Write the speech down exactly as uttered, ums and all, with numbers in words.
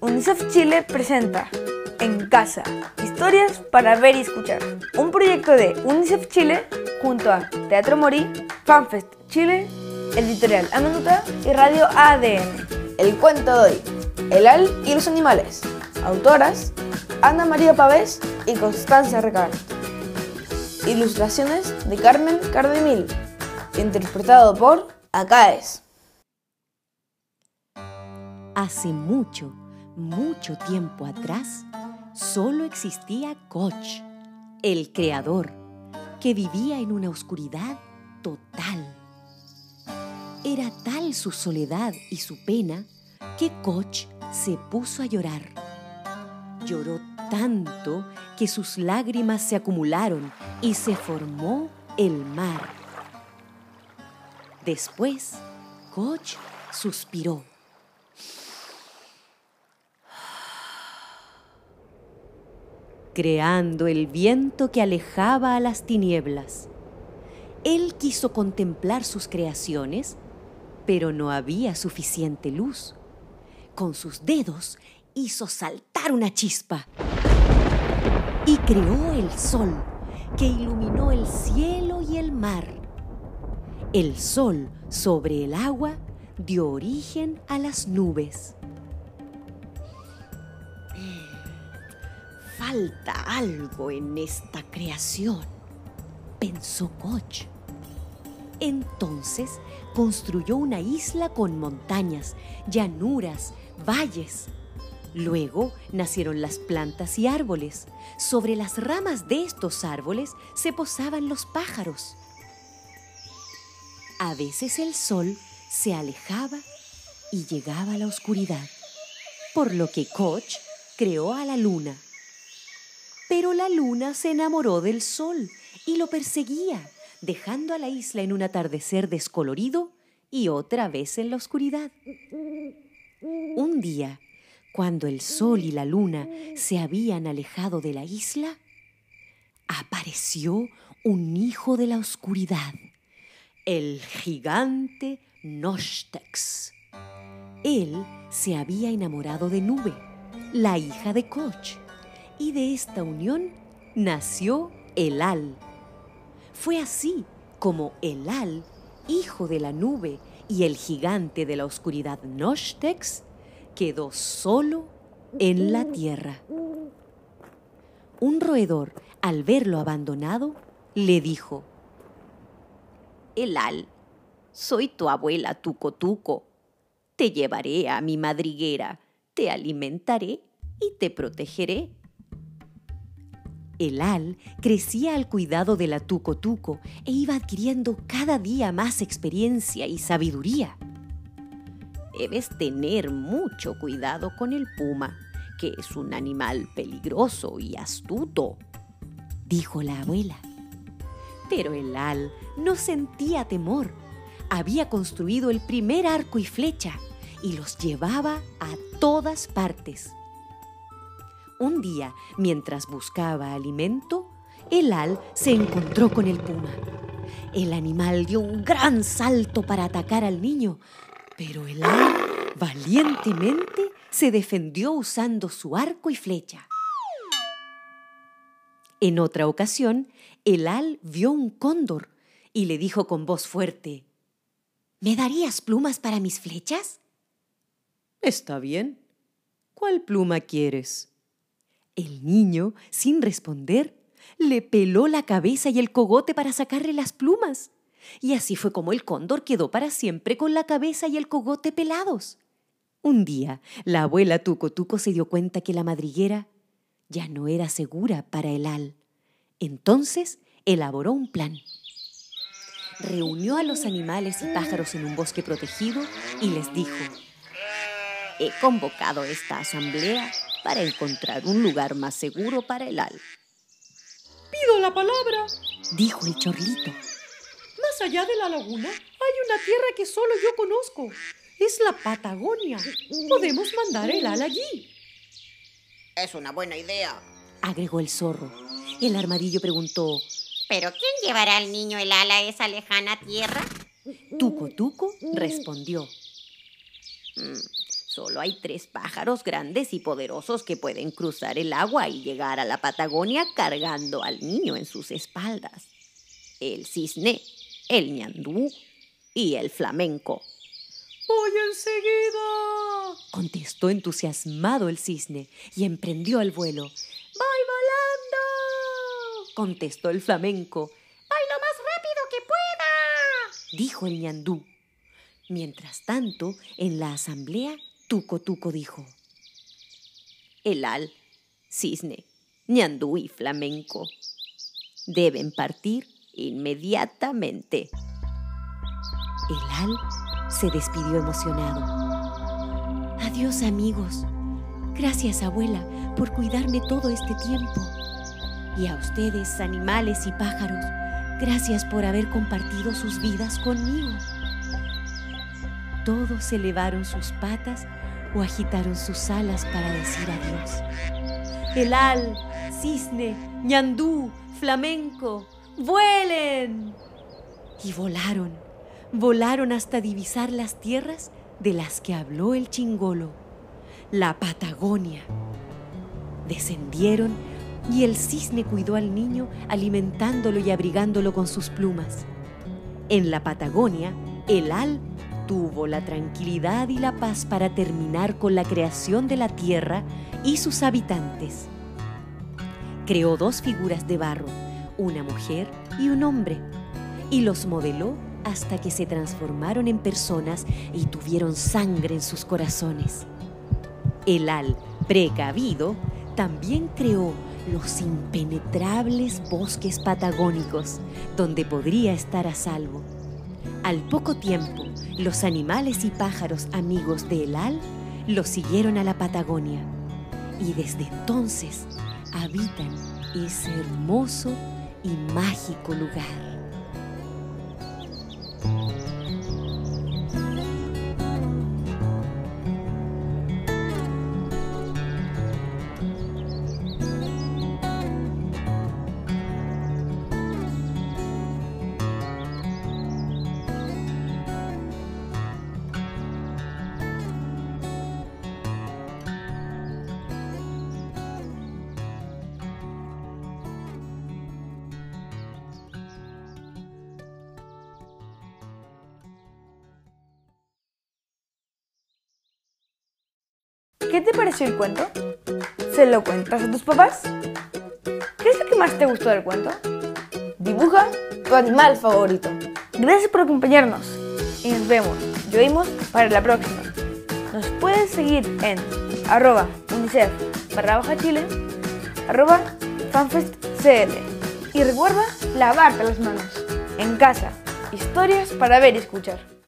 UNICEF Chile presenta En Casa, historias para ver y escuchar. Un proyecto de UNICEF Chile junto a Teatro Morí, FanFest Chile, Editorial Amenuta y Radio A D N. El cuento de hoy, El Al y los animales. Autoras, Ana María Pavés y Constanza Recart. Ilustraciones de Carmen Cardemil. Interpretado por Acaes. Hace mucho, mucho tiempo atrás, solo existía Koch, el creador, que vivía en una oscuridad total. Era tal su soledad y su pena que Koch se puso a llorar. Lloró tanto que sus lágrimas se acumularon y se formó el mar. Después, Koch suspiró. Creando el viento que alejaba a las tinieblas. Él quiso contemplar sus creaciones, pero no había suficiente luz. Con sus dedos hizo saltar una chispa y creó el sol, que iluminó el cielo y el mar. El sol sobre el agua dio origen a las nubes. Falta algo en esta creación, pensó Koch. Entonces construyó una isla con montañas, llanuras, valles. Luego nacieron las plantas y árboles. Sobre las ramas de estos árboles se posaban los pájaros. A veces el sol se alejaba y llegaba a la oscuridad, por lo que Koch creó a la luna. Pero la luna se enamoró del sol y lo perseguía, dejando a la isla en un atardecer descolorido y otra vez en la oscuridad. Un día, cuando el sol y la luna se habían alejado de la isla, apareció un hijo de la oscuridad, el gigante Noshtex. Él se había enamorado de Nube, la hija de Koch. Y de esta unión nació El Al. Fue así como El Al, hijo de la nube y el gigante de la oscuridad Noshtex, quedó solo en la tierra. Un roedor, al verlo abandonado, le dijo: El Al, soy tu abuela Tuco Tuco. Te llevaré a mi madriguera, te alimentaré y te protegeré. El Al crecía al cuidado de la Tuco Tuco e iba adquiriendo cada día más experiencia y sabiduría. Debes tener mucho cuidado con el puma, que es un animal peligroso y astuto, dijo la abuela. Pero el Al no sentía temor. Había construido el primer arco y flecha y los llevaba a todas partes. Un día, mientras buscaba alimento, el Al se encontró con el puma. El animal dio un gran salto para atacar al niño, pero el Al valientemente se defendió usando su arco y flecha. En otra ocasión, el Al vio un cóndor y le dijo con voz fuerte: ¿Me darías plumas para mis flechas? Está bien. ¿Cuál pluma quieres? El niño, sin responder, le peló la cabeza y el cogote para sacarle las plumas. Y así fue como el cóndor quedó para siempre con la cabeza y el cogote pelados. Un día, la abuela Tuco Tuco se dio cuenta que la madriguera ya no era segura para el Al. Entonces, elaboró un plan. Reunió a los animales y pájaros en un bosque protegido y les dijo: He convocado esta asamblea para encontrar un lugar más seguro para el Al. Pido la palabra, dijo el chorlito. Más allá de la laguna hay una tierra que solo yo conozco. Es la Patagonia. Podemos mandar el Al allí. Es una buena idea, agregó el zorro. El armadillo preguntó: ¿pero quién llevará al niño el Al a esa lejana tierra? Tuco Tuco respondió: Mm, Solo hay tres pájaros grandes y poderosos que pueden cruzar el agua y llegar a la Patagonia cargando al niño en sus espaldas. El cisne, el ñandú y el flamenco. ¡Voy enseguida!, contestó entusiasmado el cisne y emprendió el vuelo. ¡Voy volando!, contestó el flamenco. ¡Voy lo más rápido que pueda!, dijo el ñandú. Mientras tanto, en la asamblea, Tuco Tuco dijo: el al, cisne, ñandú y flamenco deben partir inmediatamente. El al se despidió emocionado. Adiós, amigos. Gracias, abuela, por cuidarme todo este tiempo. Y a ustedes, animales y pájaros, gracias por haber compartido sus vidas conmigo. Todos elevaron sus patas o agitaron sus alas para decir adiós. El al, cisne, ñandú, flamenco, ¡vuelen! Y volaron, volaron hasta divisar las tierras de las que habló el chingolo, la Patagonia. Descendieron y el cisne cuidó al niño alimentándolo y abrigándolo con sus plumas. En la Patagonia, el al tuvo la tranquilidad y la paz para terminar con la creación de la tierra y sus habitantes. Creó dos figuras de barro, una mujer y un hombre, y los modeló hasta que se transformaron en personas y tuvieron sangre en sus corazones. El al precavido también creó los impenetrables bosques patagónicos, donde podría estar a salvo. Al poco tiempo, los animales y pájaros amigos de El al lo siguieron a la Patagonia y desde entonces habitan ese hermoso y mágico lugar. ¿Qué te pareció el cuento? ¿Se lo cuentas a tus papás? ¿Qué es lo que más te gustó del cuento? Dibuja tu animal favorito. Gracias por acompañarnos y nos vemos y oímos para la próxima. Nos puedes seguir en arroba unicef barra baja chile, arroba fanfestcl. Y recuerda lavarte las manos. En casa, historias para ver y escuchar.